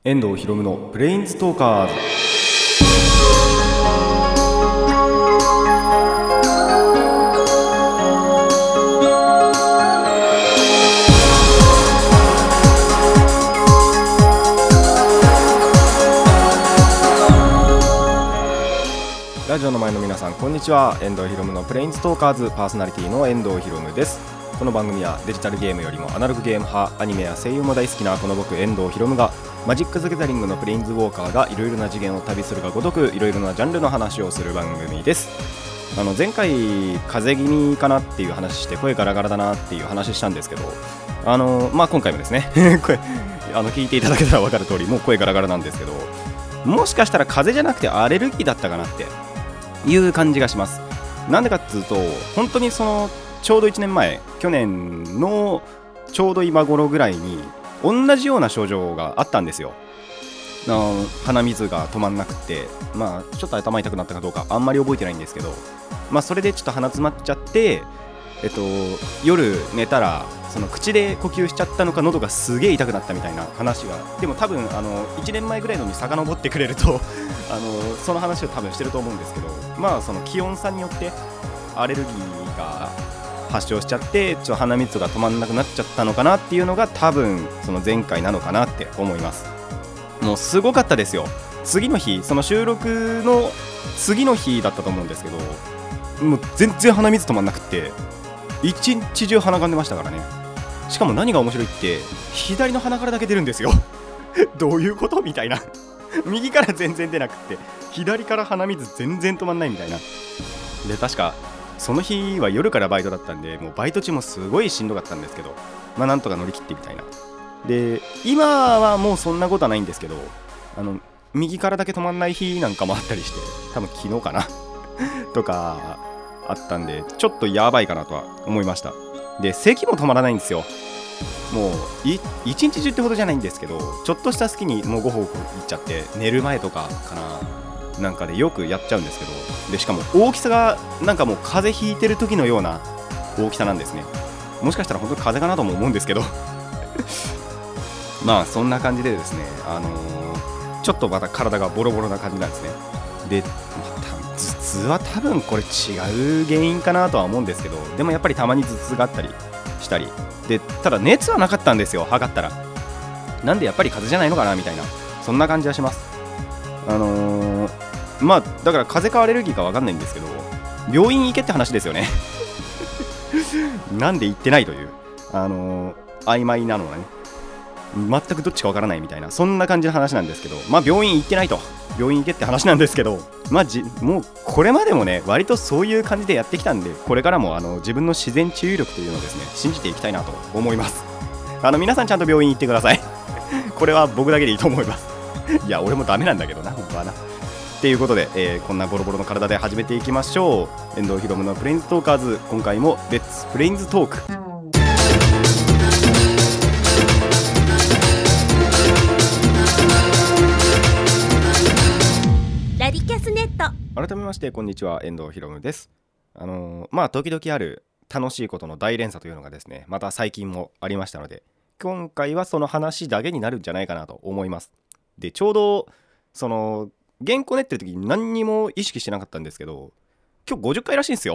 遠藤ひろむのブレインズトーカーズ。ラジオの前の皆さん、こんにちは。遠藤ひろむのブレインズトーカーズパーソナリティの遠藤ひろむです。この番組はデジタルゲームよりもアナログゲーム派、アニメや声優も大好きなこの僕遠藤ひろむがマジック・ザ・ギャザリングのプレインズウォーカーがいろいろな次元を旅するがごとくいろいろなジャンルの話をする番組です。前回風邪気味かなっていう話して声ガラガラだなっていう話したんですけど、今回もですね聞いていただけたら分かる通りもう声ガラガラなんですけど、もしかしたら風邪じゃなくてアレルギーだったかなっていう感じがします。なんでかっていうと、本当にちょうど1年前、去年のちょうど今頃ぐらいに同じような症状があったんですよ。鼻水が止まんなくて、ちょっと頭痛くなったかどうかあんまり覚えてないんですけど、それでちょっと鼻詰まっちゃって、夜寝たら口で呼吸しちゃったのか喉がすげえ痛くなったみたいな話が、でも多分1年前ぐらいのに遡ってくれるとその話を多分してると思うんですけど、その気温差によってアレルギーが発症しちゃってちょっと鼻水が止まんなくなっちゃったのかなっていうのが多分その前回なのかなって思います。もうすごかったですよ。次の日、その収録の次の日だったと思うんですけど、もう全然鼻水止まんなくって一日中鼻かんでましたからね。しかも何が面白いって左の鼻からだけ出るんですよどういうことみたいな右から全然出なくって左から鼻水全然止まんないみたいな。で確かその日は夜からバイトだったんで、もうバイト中もすごいしんどかったんですけど、なんとか乗り切ってみたいな。で今はもうそんなことはないんですけど、右からだけ止まんない日なんかもあったりして、多分昨日かなとかあったんで、ちょっとやばいかなとは思いました。で咳も止まらないんですよ。もう一日中ってほどじゃないんですけど、ちょっとした隙にもうごほごほいっちゃって、寝る前とかかななんかでよくやっちゃうんですけど、でしかも大きさがなんかもう風邪ひいてる時のような大きさなんですね。もしかしたら本当に風邪かなとも思うんですけどそんな感じでですね、ちょっとまた体がボロボロな感じなんですね。で頭痛は多分これ違う原因かなとは思うんですけど、でもやっぱりたまに頭痛があったりしたりで、ただ熱はなかったんですよ、測ったら。なんでやっぱり風邪じゃないのかなみたいな、そんな感じはします。だから風邪かアレルギーか分かんないんですけど、病院行けって話ですよねなんで行ってないという曖昧なのはね、全くどっちか分からないみたいな、そんな感じの話なんですけど、病院行ってないと、病院行けって話なんですけど、もうこれまでもね割とそういう感じでやってきたんで、これからも自分の自然治癒力というのをですね信じていきたいなと思います。皆さんちゃんと病院行ってくださいこれは僕だけでいいと思いますいや俺もダメなんだけどな本当はなっていうことで、こんなボロボロの体で始めていきましょう。遠藤ひろむのプレインズトーカーズ、今回もレッツプレインズトーク。 ラディキャスネット。 改めましてこんにちは、遠藤ひろむです。時々ある楽しいことの大連鎖というのがですね、また最近もありましたので、今回はその話だけになるんじゃないかなと思います。でちょうど原稿練ってる時に何にも意識してなかったんですけど、今日50回らしいんですよ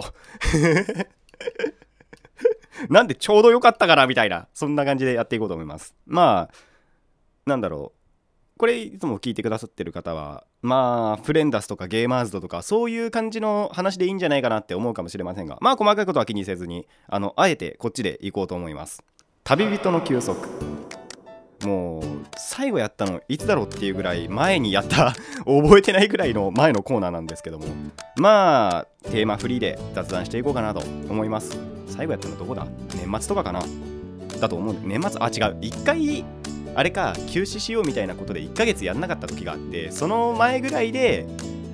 なんでちょうどよかったかなみたいな、そんな感じでやっていこうと思います。なんだろう、これいつも聞いてくださってる方はフレンダスとかゲーマーズドとかそういう感じの話でいいんじゃないかなって思うかもしれませんが、細かいことは気にせずにあえてこっちでいこうと思います。旅人の休息。もう最後やったのいつだろうっていうぐらい前にやった覚えてないぐらいの前のコーナーなんですけども、テーマフリーで雑談していこうかなと思います。最後やったのどこだ、年末とかかなだと思う。年末、違う、1回あれか休止しようみたいなことで1ヶ月やんなかった時があって、その前ぐらいで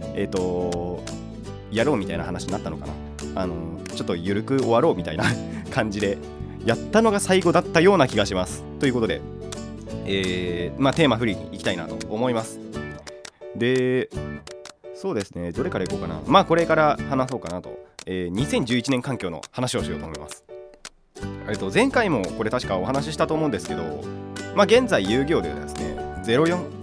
やろうみたいな話になったのかな。ちょっとゆるく終わろうみたいな感じでやったのが最後だったような気がします。ということでテーマフリーに行きたいなと思います。でそうですね、どれからいこうかな。これから話そうかなと、2011年環境の話をしようと思います。前回もこれ確かお話ししたと思うんですけど、現在遊戯王でですね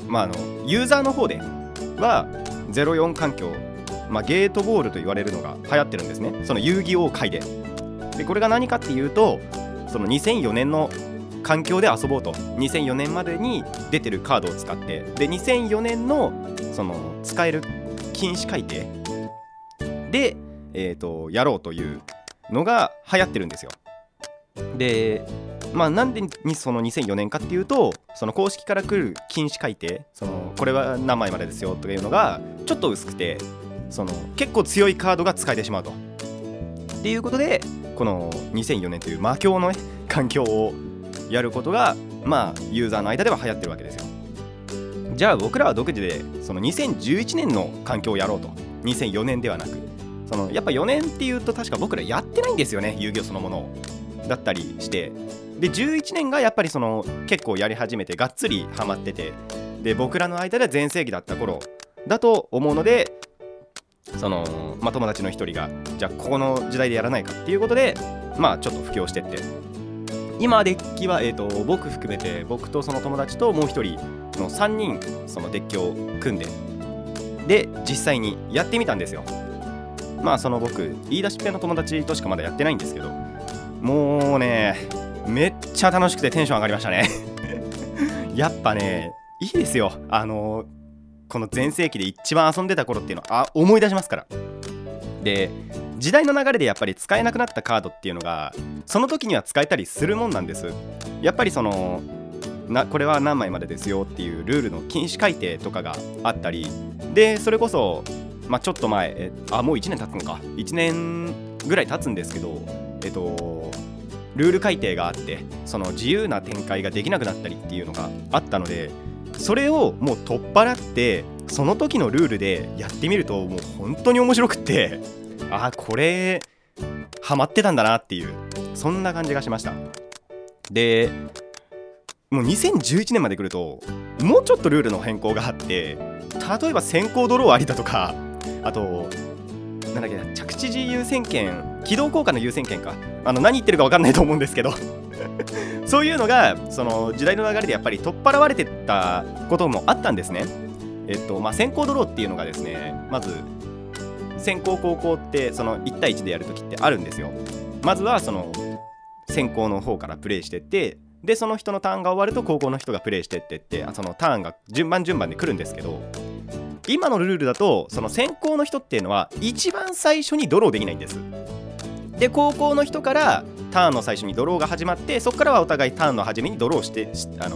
ユーザーの方では04環境、ゲートボールと言われるのが流行ってるんですね、その遊戯王界で。でこれが何かっていうと、その2004年の環境で遊ぼうと、2004年までに出てるカードを使って、で2004年のその使える禁止改定で、やろうというのが流行ってるんですよ。でなんでその2004年かっていうと、その公式から来る禁止改定、そのこれは何枚までですよというのがちょっと薄くて、その結構強いカードが使えてしまうとっていうことで、この2004年という魔境の、環境をやることがユーザーの間では流行ってるわけですよ。じゃあ僕らは独自でその2011年の環境をやろうと、2004年ではなく、そのやっぱ4年っていうと確か僕らやってないんですよね、遊戯王そのものをだったりして、で11年がやっぱりその結構やり始めてがっつりハマってて、で僕らの間では全盛期だった頃だと思うので、その友達の一人がじゃあここの時代でやらないかっていうことでちょっと布教してって、今デッキは、僕含めて僕とその友達ともう一人の3人そのデッキを組んで実際にやってみたんですよ。その僕言い出しっぺの友達としかまだやってないんですけど、もうねめっちゃ楽しくてテンション上がりましたねやっぱねいいですよ、この全盛期で一番遊んでた頃っていうのは思い出しますから。で時代の流れでやっぱり使えなくなったカードっていうのがその時には使えたりするもんなんです。やっぱりそのこれは何枚までですよっていうルールの禁止改定とかがあったりで、それこそちょっと前もう1年経つのか、1年ぐらい経つんですけど、ルール改定があって、その自由な展開ができなくなったりっていうのがあったので、それをもう取っ払ってその時のルールでやってみるともう本当に面白くって、これハマってたんだなっていう、そんな感じがしました。でもう2011年まで来るともうちょっとルールの変更があって、例えば先行ドローありだとか、あと着地時優先権、起動効果の優先権か、何言ってるか分かんないと思うんですけどそういうのがその時代の流れでやっぱり取っ払われてたこともあったんですね。先行ドローっていうのがですね、まず先行後攻ってその1対1でやるときってあるんですよ。まずはその先行の方からプレイしてって、でその人のターンが終わると後攻の人がプレイしてってそのターンが順番で来るんですけど、今のルールだとその先行の人っていうのは一番最初にドローできないんです。で後攻の人からターンの最初にドローが始まって、そこからはお互いターンの初めにドローして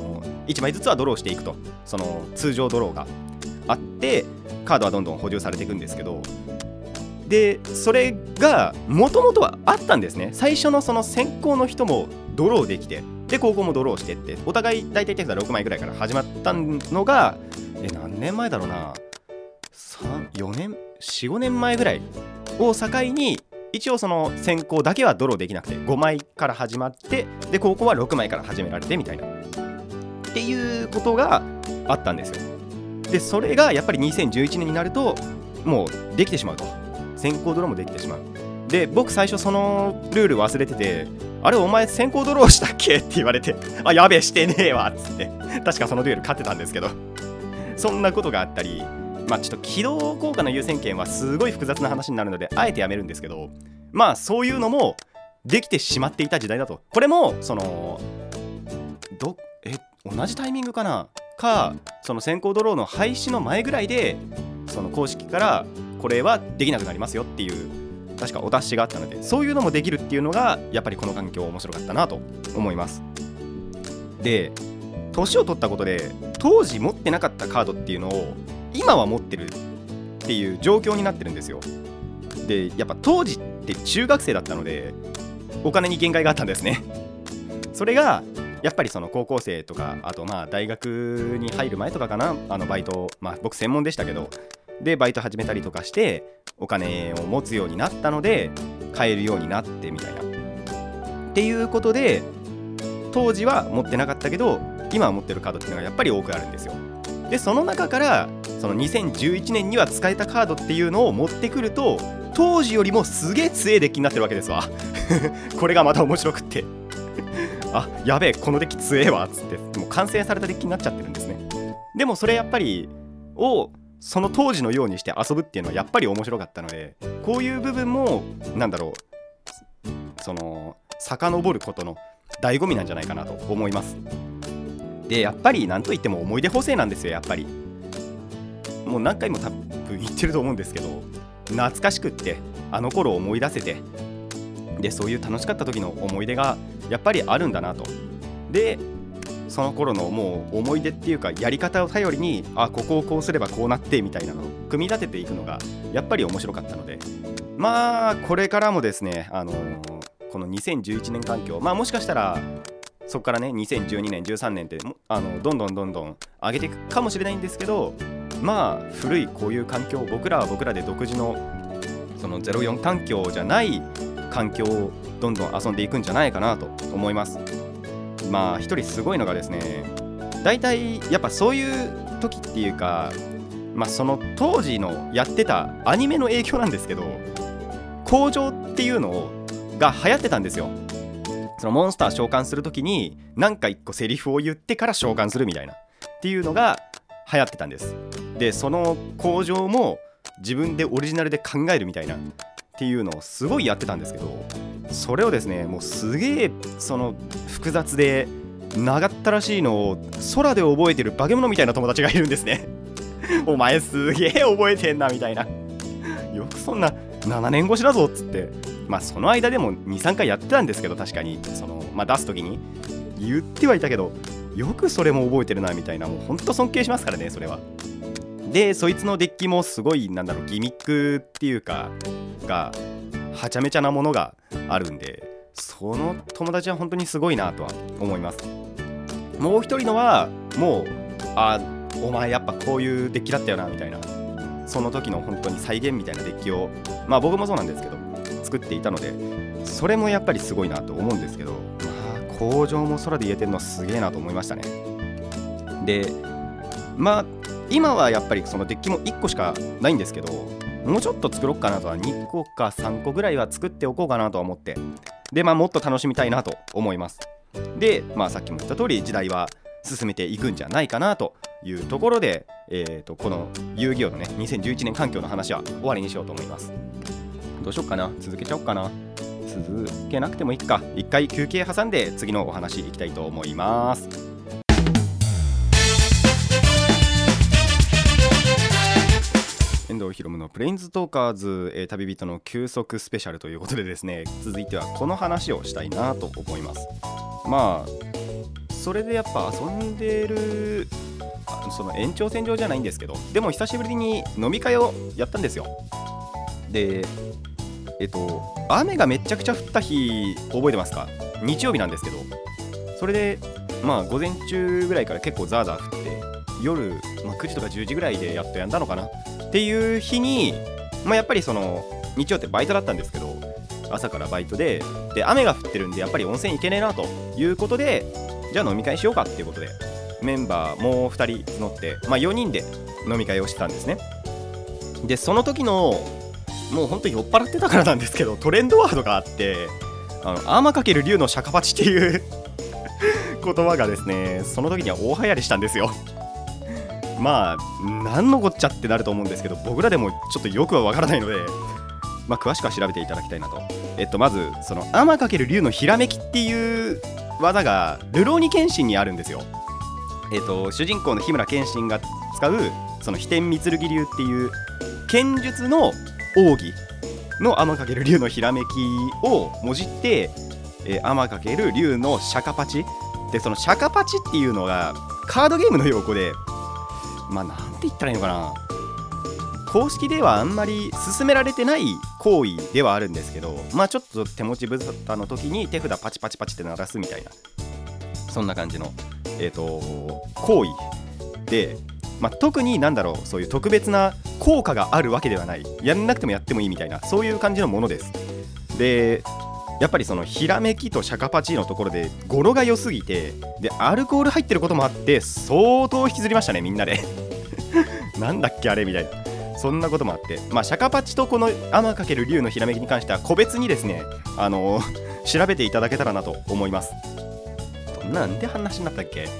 1枚ずつはドローしていくと、その通常ドローがあってカードはどんどん補充されていくんですけど、でそれがもともとはあったんですね。最初のその先行の人もドローできて、で後攻もドローしてって、お互い大体手札6枚ぐらいから始まったのが何年前だろうな、4年前ぐらいを境に、一応その先行だけはドローできなくて5枚から始まって、で後攻は6枚から始められてみたいなっていうことがあったんですよ。でそれがやっぱり2011年になるともうできてしまうと、先行ドローもできてしまう。で僕最初そのルール忘れてて、あれお前先行ドローしたっけって言われて、やべえしてねえわっつって、確かそのデュエル勝ってたんですけどそんなことがあったり、ちょっと起動効果の優先権はすごい複雑な話になるのであえてやめるんですけど、そういうのもできてしまっていた時代だと。これもその同じタイミングかなその先行ドローの廃止の前ぐらいでその公式からこれはできなくなりますよっていう確かお達しがあったので、そういうのもできるっていうのがやっぱりこの環境面白かったなと思います。で年を取ったことで当時持ってなかったカードっていうのを今は持ってるっていう状況になってるんですよ。でやっぱ当時って中学生だったのでお金に限界があったんですね。それがやっぱりその高校生とか、あと大学に入る前とかかな、バイト、僕専門でしたけど、でバイト始めたりとかしてお金を持つようになったので買えるようになってみたいなっていうことで、当時は持ってなかったけど今は持ってるカードっていうのがやっぱり多くあるんですよ。でその中からその2011年には使えたカードっていうのを持ってくると、当時よりもすげえ強いデッキになってるわけですわこれがまた面白くってやべえこのデッキ強えわっつって、もう完成されたデッキになっちゃってるんですね。 でもそれやっぱりをその当時のようにして遊ぶっていうのはやっぱり面白かったので、こういう部分もなんだろう、その遡ることの醍醐味なんじゃないかなと思います。でやっぱりなんといっても思い出補正なんですよ。やっぱりもう何回も多分言ってると思うんですけど、懐かしくってあの頃を思い出せて、でそういう楽しかった時の思い出がやっぱりあるんだなと。でその頃のもう思い出っていうかやり方を頼りに、ここをこうすればこうなってみたいなのを組み立てていくのがやっぱり面白かったので、これからもですね、この2011年環境、もしかしたらそこからね2012年13年ってどんどん上げていくかもしれないんですけど、古いこういう環境を僕らは僕らで独自のその04環境じゃない環境をどんどん遊んでいくんじゃないかなと思います。一人すごいのがですね、だいたいやっぱそういう時っていうか、その当時のやってたアニメの影響なんですけど、向上っていうのが流行ってたんですよ。そのモンスター召喚する時に何か一個セリフを言ってから召喚するみたいなっていうのが流行ってたんです。でその向上も自分でオリジナルで考えるみたいなっていうのをすごいやってたんですけど、それをですねもうすげえその複雑で長ったらしいのを空で覚えてる化け物みたいな友達がいるんですねお前すげえ覚えてんなみたいな、よくそんな7年越しだぞっつって、その間でも 2,3 回やってたんですけど、確かにその、出す時に言ってはいたけど、よくそれも覚えてるなみたいな、もうほんと尊敬しますからねそれは。でそいつのデッキもすごいギミックっていうかがはちゃめちゃなものがあるんで、その友達は本当にすごいなとは思います。もう一人のはもうお前やっぱこういうデッキだったよなみたいな、その時の本当に再現みたいなデッキを僕もそうなんですけど作っていたので、それもやっぱりすごいなと思うんですけど、向上も空で言えてるのはすげえなと思いましたね。で今はやっぱりそのデッキも1個しかないんですけど、もうちょっと作ろうかなとは2個か3個ぐらいは作っておこうかなとは思って、でもっと楽しみたいなと思います。でさっきも言った通り時代は進めていくんじゃないかなというところで、この遊戯王のね2011年環境の話は終わりにしようと思います。どうしよっかな、続けちゃおっかな、続けなくてもいいか、一回休憩挟んで次のお話いきたいと思います。遠藤ひろむのプレインズトーカーズ、旅人の休息スペシャルということでですね、続いてはこの話をしたいなと思います。それでやっぱ遊んでるその延長線上じゃないんですけど、でも久しぶりに飲み会をやったんですよ。で雨がめちゃくちゃ降った日覚えてますか？日曜日なんですけど、それで午前中ぐらいから結構ザーザー降って、夜、9時とか10時ぐらいでやっとやんだのかなっていう日に、やっぱりその日曜ってバイトだったんですけど、朝からバイトで雨が降ってるんでやっぱり温泉行けねえなということで、じゃあ飲み会しようかっていうことでメンバーもう2人募って、4人で飲み会をしてたんですね。でその時のもう本当に酔っ払ってたからなんですけど、トレンドワードがあって、アーマ×竜のシャカパチっていう言葉がですね、その時には大流行りしたんですよ。何のこっちゃってなると思うんですけど、僕らでもちょっとよくはわからないので、詳しくは調べていただきたいなと。まずそのアーマ×竜のひらめきっていう技がルローニケンシンにあるんですよ。主人公の日村謙信が使うその飛天御剣流っていう剣術の奥義のアマ×竜のひらめきをもじって、アマ×竜のシャカパチで、そのシャカパチっていうのがカードゲームの用語で、なんて言ったらいいのかな、公式ではあんまり勧められてない行為ではあるんですけど、ちょっと手持ち無沙汰の時に手札パチパチパチって鳴らすみたいな、そんな感じの行為で、特にそういう特別な効果があるわけではない、やんなくてもやってもいいみたいな、そういう感じのものです。でやっぱりそのひらめきとシャカパチのところで語呂が良すぎて、でアルコール入ってることもあって相当引きずりましたね、みんなでなんだっけあれみたいな、そんなこともあって、シャカパチとこのアマ×竜のひらめきに関しては個別にですね、調べていただけたらなと思います。なんで話になったっけ。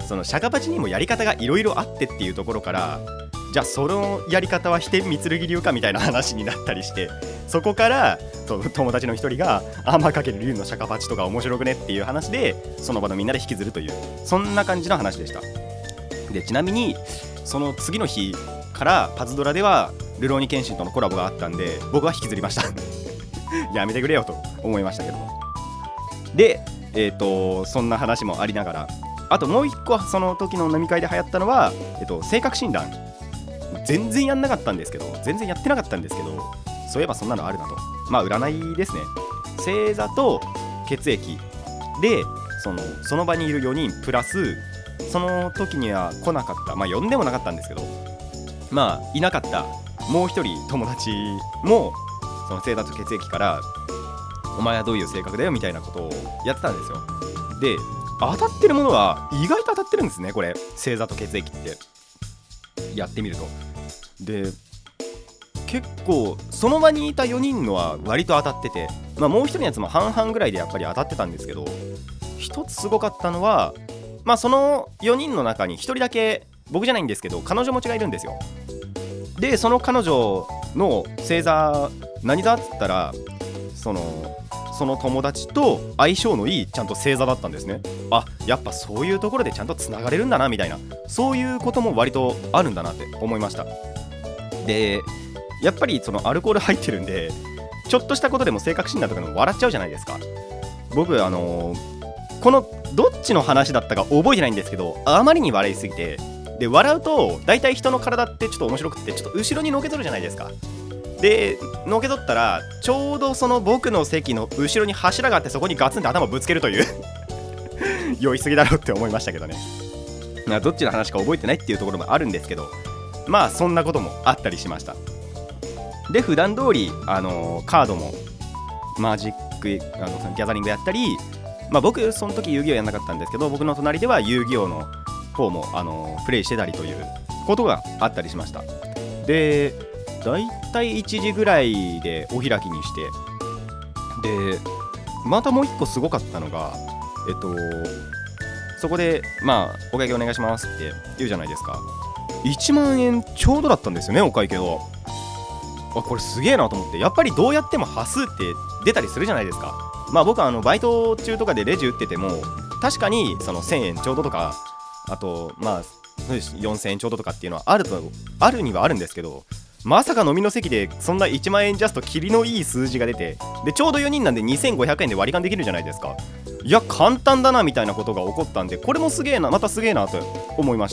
その釈迦鉢にもやり方がいろいろあってっていうところから、じゃあそのやり方は飛天三剣流かみたいな話になったりして、そこから友達の一人が天×竜の釈迦鉢とか面白くねっていう話で、その場のみんなで引きずるという、そんな感じの話でした。でちなみにその次の日からパズドラではルローニケンシンとのコラボがあったんで、僕は引きずりましたやめてくれよと思いましたけども。でそんな話もありながら、あともう一個その時の飲み会で流行ったのは、性格診断。全然やってなかったんですけど、そういえばそんなのあるなと。まあ占いですね。星座と血液でその場にいる4人プラス、その時には来なかった、まあ呼んでもなかったんですけど、まあいなかったもう一人友達もその星座と血液から、お前はどういう性格だよみたいなことをやってたんですよ。で当たってるものは意外と当たってるんですね、これ星座と血液ってやってみると。で結構その場にいた4人のは割と当たってて、まあもう一人のやつも半々ぐらいでやっぱり当たってたんですけど、一つすごかったのは、まあその4人の中に1人だけ僕じゃないんですけど彼女持ちがいるんですよ。でその彼女の星座何座っつったら、その友達と相性のいいちゃんと星座だったんですね。あ、やっぱそういうところでちゃんとつながれるんだなみたいな、そういうことも割とあるんだなって思いました。でやっぱりそのアルコール入ってるんで、ちょっとしたことでも性格診断とかでも笑っちゃうじゃないですか。僕このどっちの話だったか覚えてないんですけど、あまりに笑いすぎて、で笑うと大体人の体ってちょっと面白くって、ちょっと後ろにのけとるじゃないですか。でのけとったらちょうどその僕の席の後ろに柱があって、そこにガツンと頭ぶつけるという酔いすぎだろうって思いましたけどね。まあどっちの話か覚えてないっていうところもあるんですけど、まあそんなこともあったりしました。で普段通りカードもマジックギャザリングやったり、まあ僕その時遊戯王やんなかったんですけど、僕の隣では遊戯王の方もプレイしてたりということがあったりしました。でだいたい1時ぐらいでお開きにして、でまたもう一個すごかったのが、そこでまあお会計お願いしますって言うじゃないですか。1万円ちょうどだったんですよね、お会計は。これすげえなと思って、やっぱりどうやっても端数って出たりするじゃないですか。まあ僕はバイト中とかでレジ打ってても、確かにその1000円ちょうどとか、あとまあ4000円ちょうどとかっていうのはあるにはあるんですけど、まさか飲みの席でそんな1万円ジャストキリのいい数字が出て、でちょうど4人なんで2500円で割り勘できるじゃないですか。いや簡単だなみたいなことが起こったんで、これもすげえな、またすげえなと思いました。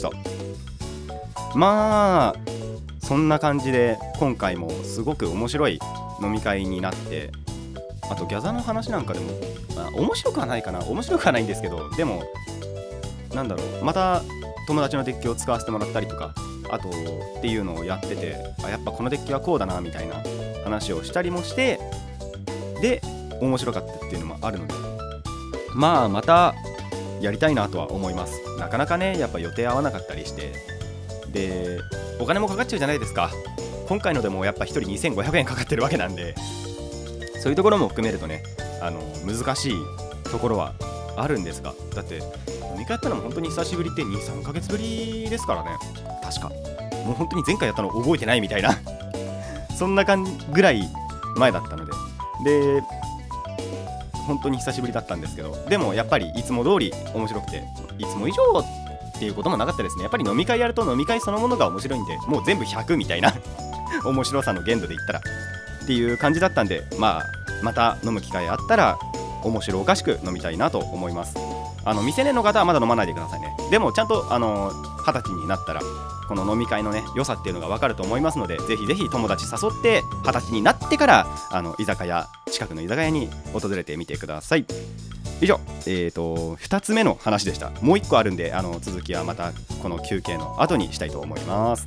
まあそんな感じで今回もすごく面白い飲み会になって、あとギャザの話なんかでも、まあ、面白くはないんですけど、でもなんだろう、また友達のデッキを使わせてもらったりとか、あとっていうのをやってて、やっぱこのデッキはこうだなみたいな話をしたりもして、で面白かったっていうのもあるので、まあまたやりたいなとは思います。なかなかねやっぱ予定合わなかったりして、でお金もかかっちゃうじゃないですか。今回のでもやっぱ1人2500円かかってるわけなんで、そういうところも含めるとね難しいところはあるんですが、だって飲み会やったのも本当に久しぶりって 2,3 ヶ月ぶりですからね。確かもう本当に前回やったの覚えてないみたいなそんなぐらい前だったので、で本当に久しぶりだったんですけど、でもやっぱりいつも通り面白くて、いつも以上っていうこともなかったですね。やっぱり飲み会やると飲み会そのものが面白いんで、もう全部100みたいな面白さの限度で言ったらっていう感じだったんで、また飲む機会あったら面白おかしく飲みたいなと思います。未成年の方はまだ飲まないでくださいね。でもちゃんと20歳になったらこの飲み会のね良さっていうのが分かると思いますので、ぜひぜひ友達誘って20歳になってから近くの居酒屋に訪れてみてください。以上、2つ目の話でした。もう1個あるんで続きはまたこの休憩の後にしたいと思います。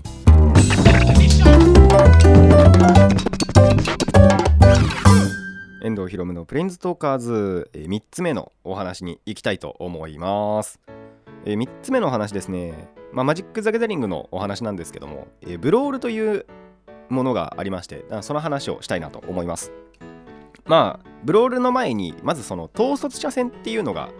遠藤ひろむのプレインズトーカーズ、3つ目のお話に行きたいと思います。3つ目のお話ですね、マジック・ザ・ギャザリングのお話なんですけども、ブロールというものがありまして、その話をしたいなと思います。ブロールの前にまずその統率者戦っていうのが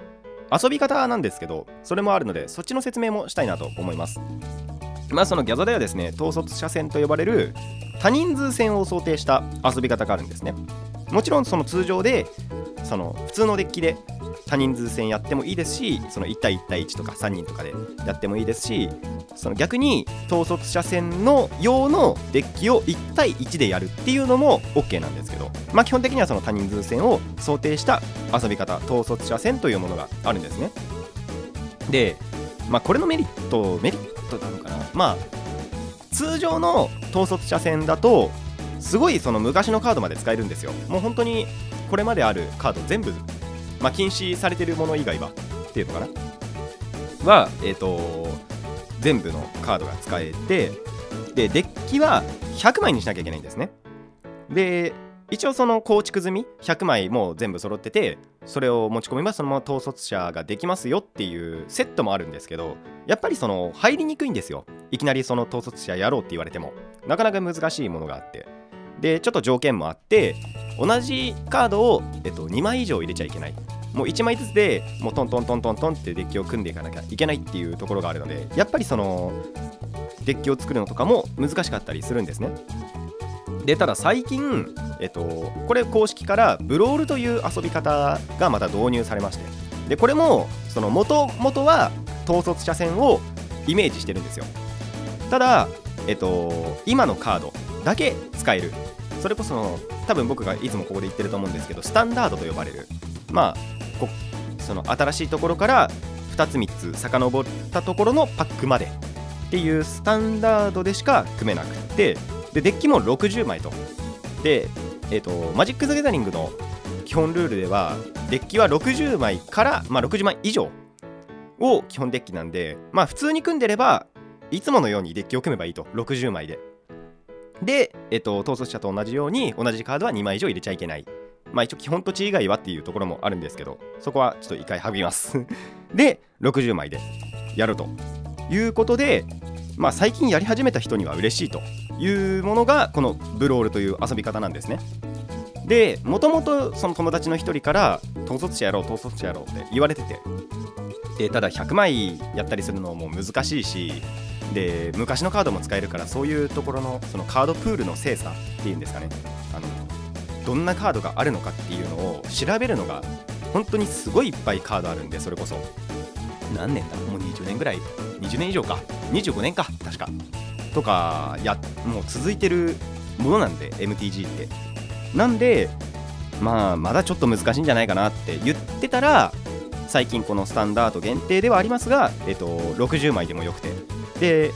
遊び方なんですけど、それもあるのでそっちの説明もしたいなと思います。そのギャザではですね、統率者戦と呼ばれる多人数戦を想定した遊び方があるんですね。もちろんその通常でその普通のデッキで多人数戦やってもいいですし、その1対1対1とか3人とかでやってもいいですし、その逆に統率者戦の用のデッキを1対1でやるっていうのも OK なんですけど、基本的にはその多人数戦を想定した遊び方、統率者戦というものがあるんですね。で、これのメリットなのかな、通常の統率者戦だとすごいその昔のカードまで使えるんですよ。もう本当にこれまであるカード全部、禁止されてるもの以外はっていうのかなは、全部のカードが使えて、でデッキは100枚にしなきゃいけないんですね。で一応その構築済み100枚もう全部揃ってて、それを持ち込めばそのまま統率者ができますよっていうセットもあるんですけど、やっぱりその入りにくいんですよ。いきなりその統率者やろうって言われてもなかなか難しいものがあって、でちょっと条件もあって、同じカードを、2枚以上入れちゃいけない。もう1枚ずつでもうトントントントントンってデッキを組んでいかなきゃいけないっていうところがあるので、やっぱりそのデッキを作るのとかも難しかったりするんですね。でただ最近、これ公式からブロールという遊び方がまた導入されまして、でこれもその元々は統率者戦をイメージしてるんですよ。ただ、今のカードだけ使える、それこそ多分僕がいつもここで言ってると思うんですけど、スタンダードと呼ばれる、その新しいところから2つ3つ遡ったところのパックまでっていうスタンダードでしか組めなくて、でデッキも60枚と。で、マジック・ザ・ギャザリングの基本ルールではデッキは60枚から、60枚以上を基本デッキなんで、普通に組んでればいつものようにデッキを組めばいいと、60枚で。で、統率者と同じように同じカードは2枚以上入れちゃいけない。一応基本土地以外はっていうところもあるんですけど、そこはちょっと一回省みますで60枚でやるということで、最近やり始めた人には嬉しいというものがこのブロールという遊び方なんですね。でもともとその友達の一人から統率者やろう統率者やろうって言われてて、でただ100枚やったりするのも難しいし、で昔のカードも使えるから、そういうところのそのカードプールの精査っていうんですかね、どんなカードがあるのかっていうのを調べるのが本当にすごいいっぱいカードあるんで、それこそ何年だ、もう20年ぐらい、20年以上か、25年か確かとかもう続いてるものなんで MTG って。なんでまだちょっと難しいんじゃないかなって言ってたら、最近このスタンダード限定ではありますが、60枚でもよくて、で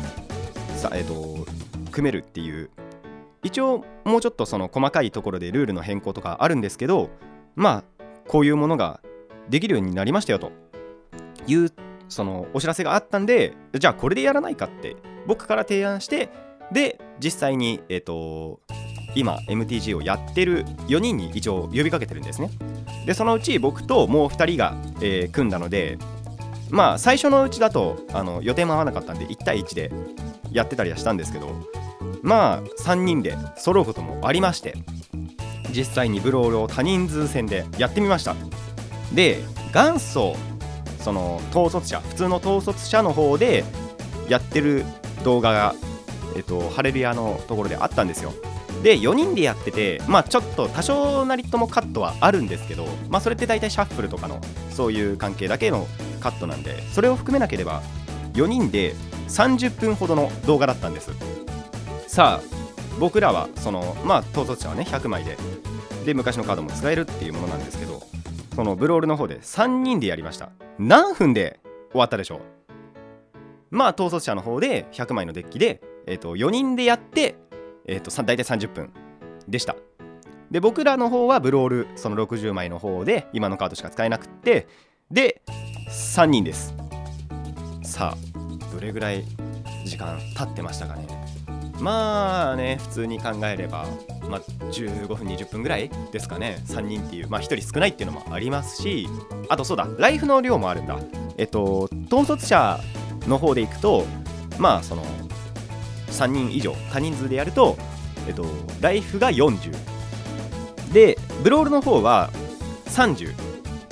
組めるっていう、一応もうちょっとその細かいところでルールの変更とかあるんですけど、こういうものができるようになりましたよというそのお知らせがあったんで、じゃあこれでやらないかって僕から提案して、で実際に今 MTG をやってる4人に一応呼びかけてるんですね。でそのうち僕ともう2人が、組んだので、最初のうちだと予定も合わなかったんで1対1でやってたりはしたんですけど、3人で揃うこともありまして、実際にブロールを多人数戦でやってみました。で元祖その統率者、普通の統率者の方でやってる動画が、ハレルヤのところであったんですよ。で4人でやってて、ちょっと多少なりともカットはあるんですけど、それって大体シャッフルとかのそういう関係だけのカットなんで、それを含めなければ4人で30分ほどの動画だったんです。さあ僕らはその統率者はね100枚で昔のカードも使えるっていうものなんですけど、そのブロールの方で3人でやりました。何分で終わったでしょう。統率者の方で100枚のデッキで、4人でやって、大体30分でした。で僕らの方はブロールその60枚の方で今のカードしか使えなくって、で3人です。さあどれぐらい時間経ってましたかね。普通に考えれば、15分20分ぐらいですかね。3人っていう、1人少ないっていうのもありますし、あとそうだ、ライフの量もあるんだ。統率者の方でいくと、その3人以上多人数でやると、ライフが40で、ブロールの方は30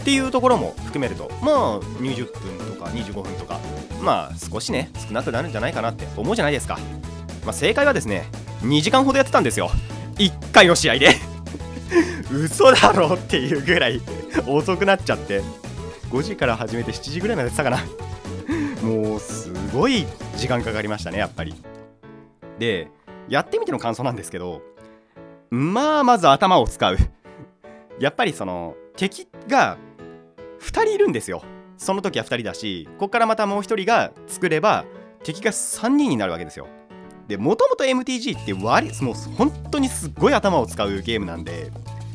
っていうところも含めるとまあ20分とか25分とかまあ少しね少なくなるんじゃないかなって思うじゃないですか。まあ、正解はですね2時間ほどやってたんですよ1回の試合で嘘だろっていうぐらい遅くなっちゃって5時から始めて7時ぐらいまでやってたかなもうすごい時間かかりましたねやっぱり。でやってみての感想なんですけどまあまず頭を使うやっぱりその敵が2人いるんですよ。その時は2人だしここからまたもう1人が作れば敵が3人になるわけですよ。でもともと MTG ってもう本当にすっごい頭を使うゲームなんで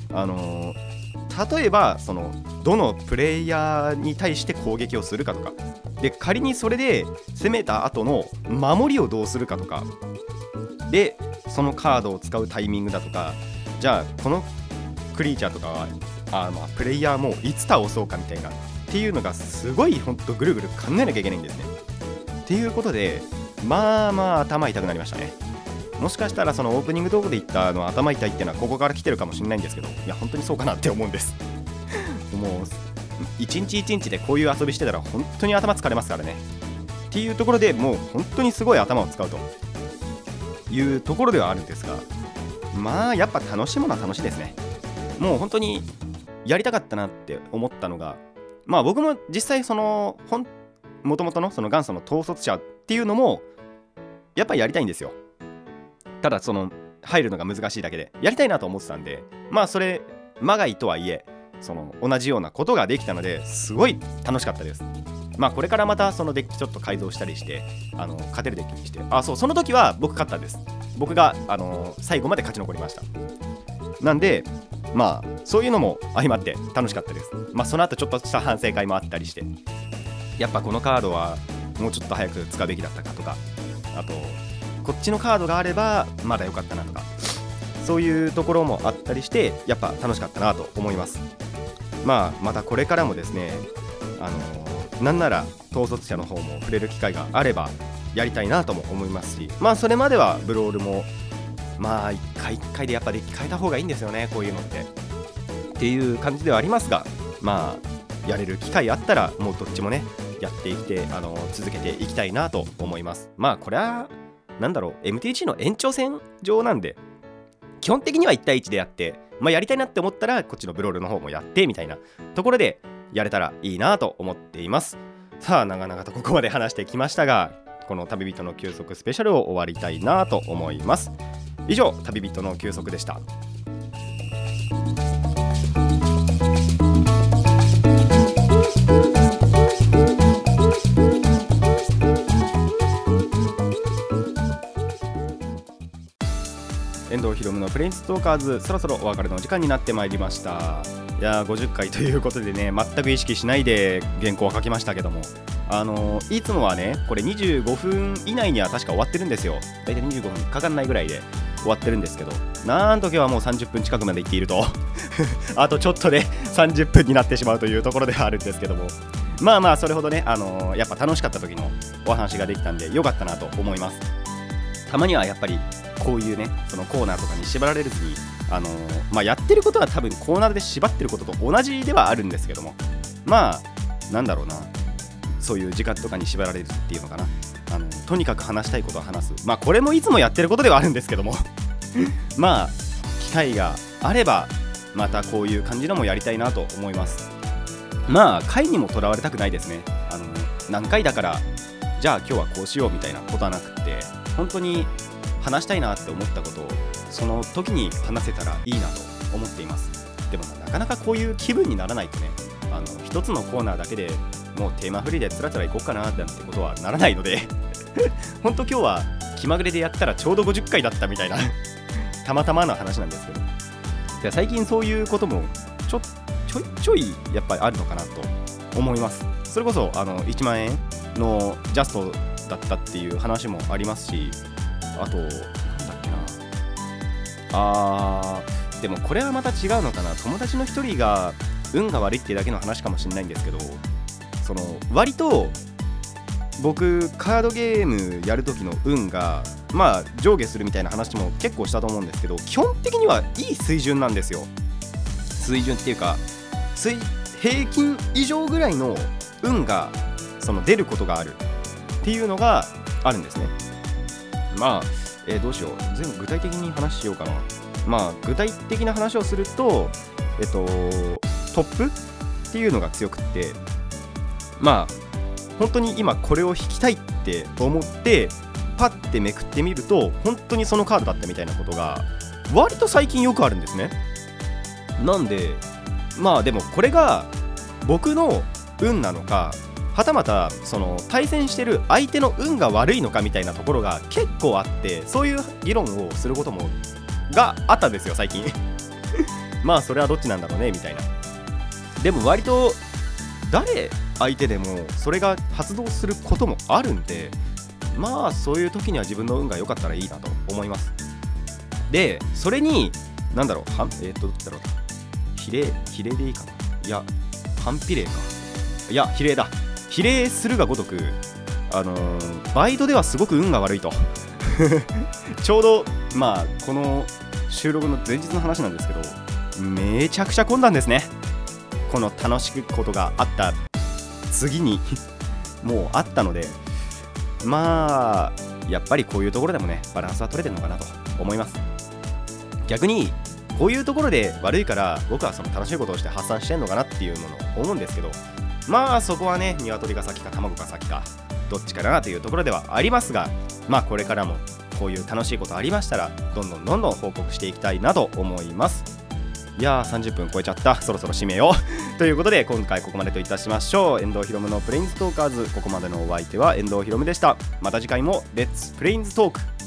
例えばそのどのプレイヤーに対して攻撃をするかとかで仮にそれで攻めた後の守りをどうするかとかでそのカードを使うタイミングだとかじゃあこのクリーチャーとかはプレイヤーもいつ倒そうかみたいなっていうのがすごいほんとぐるぐる考えなきゃいけないんですね。っていうことでまあ頭痛くなりましたね。もしかしたらそのオープニング動画で言った頭痛いっていうのはここから来てるかもしれないんですけどいや本当にそうかなって思うんですもう一日一日でこういう遊びしてたら本当に頭疲れますからねっていうところでもう本当にすごい頭を使うというところではあるんですがまあやっぱ楽しいものは楽しいですね。もう本当にやりたかったなって思ったのがまあ僕も実際そのもともとのその元祖の統率者っていうのもやっぱりやりたいんですよ。ただその入るのが難しいだけでやりたいなと思ってたんでまあそれまがいとはいえその同じようなことができたのですごい楽しかったです。まあこれからまたそのデッキちょっと改造したりして勝てるデッキにしてそうその時は僕勝ったんです。僕が最後まで勝ち残りました。なんでまあそういうのも相まって楽しかったです。まあその後ちょっとした反省会もあったりしてやっぱこのカードはもうちょっと早く使うべきだったかとかあとこっちのカードがあればまだ良かったなとかそういうところもあったりしてやっぱ楽しかったなと思います。まあまたこれからもですねなんなら統率者の方も触れる機会があればやりたいなとも思いますしまあそれまではブロールもまあ一回一回でやっぱデッキ変えた方がいいんですよねこういうのっていう感じではありますがまあやれる機会あったらもうどっちもねやっていって続けていきたいなと思います。まあこれはなんだろう MTG の延長線上なんで基本的には1対1でやってまあやりたいなって思ったらこっちのブロールの方もやってみたいなところでやれたらいいなと思っています。さあ長々とここまで話してきましたがこの旅人の休息スペシャルを終わりたいなと思います。以上旅人の休息でした。遠藤ひろむのプレインストーカーズそろそろお別れの時間になってまいりました。いや50回ということでね全く意識しないで原稿を書きましたけどもいつもはねこれ25分以内には確か終わってるんですよ。だいたい25分かかんないぐらいで終わってるんですけどなんと今日はもう30分近くまで行っているとあとちょっとで30分になってしまうというところではあるんですけどもまあまあそれほどねやっぱ楽しかった時のお話ができたんで良かったなと思います。たまにはやっぱりこういうねそのコーナーとかに縛られるずにまあやってることは多分コーナーで縛ってることと同じではあるんですけどもまあなんだろうなそういう時間とかに縛られるっていうのかなとにかく話したいことを話すまあこれもいつもやってることではあるんですけどもまあ機会があればまたこういう感じのもやりたいなと思います。まあ回にもとらわれたくないですね。何回だからじゃあ今日はこうしようみたいなことはなくって本当に話したいなって思ったことをその時に話せたらいいなと思っています。でもなかなかこういう気分にならないとね一つのコーナーだけでもうテーマフリーでつらつらいこうかななんてことはならないので本当今日は気まぐれでやったらちょうど50回だったみたいなたまたまの話なんですけどで最近そういうこともちょいやっぱりあるのかなと思います。それこそ1万円のジャストだったっていう話もありますしあとなんだっけなでもこれはまた違うのかな友達の一人が運が悪いっていうだけの話かもしれないんですけどその割と僕カードゲームやる時の運がまあ上下するみたいな話も結構したと思うんですけど基本的にはいい水準なんですよ。水準っていうか平均以上ぐらいの運がその出ることがあるっていうのがあるんですね。まあ、どうしよう、全部具体的に話しようかな。まあ具体的な話をするとトップっていうのが強くって、まあ本当に今これを引きたいって思ってパッてめくってみると本当にそのカードだったみたいなことが割と最近よくあるんですね。なんでまあでもこれが僕の運なのか、はたまたその対戦してる相手の運が悪いのかみたいなところが結構あって、そういう議論をすることもがあったんですよ最近まあそれはどっちなんだろうねみたいな。でも割と誰相手でもそれが発動することもあるんで、まあそういう時には自分の運が良かったらいいなと思います。でそれになんだろう、どっちだろう、比例でいいかな、いや反比例か、いや比例だ、比例するがごとくバイトではすごく運が悪いとちょうどまあこの収録の前日の話なんですけど、めちゃくちゃ混んだんですね。この楽しくことがあった次にもうあったので、まあやっぱりこういうところでもねバランスは取れてるのかなと思います。逆にこういうところで悪いから僕はその楽しいことをして発散してんのかなっていうものを思うんですけど、まあそこはね鶏が先か卵が先かどっちかなというところではありますが、まあこれからもこういう楽しいことありましたらどんどん報告していきたいなと思います。いやー30分超えちゃった、そろそろ締めようということで今回ここまでといたしましょう。遠藤ひろむのプレインズトーカーズ、ここまでのお相手は遠藤ひろむでした。また次回もレッツプレインズトーク。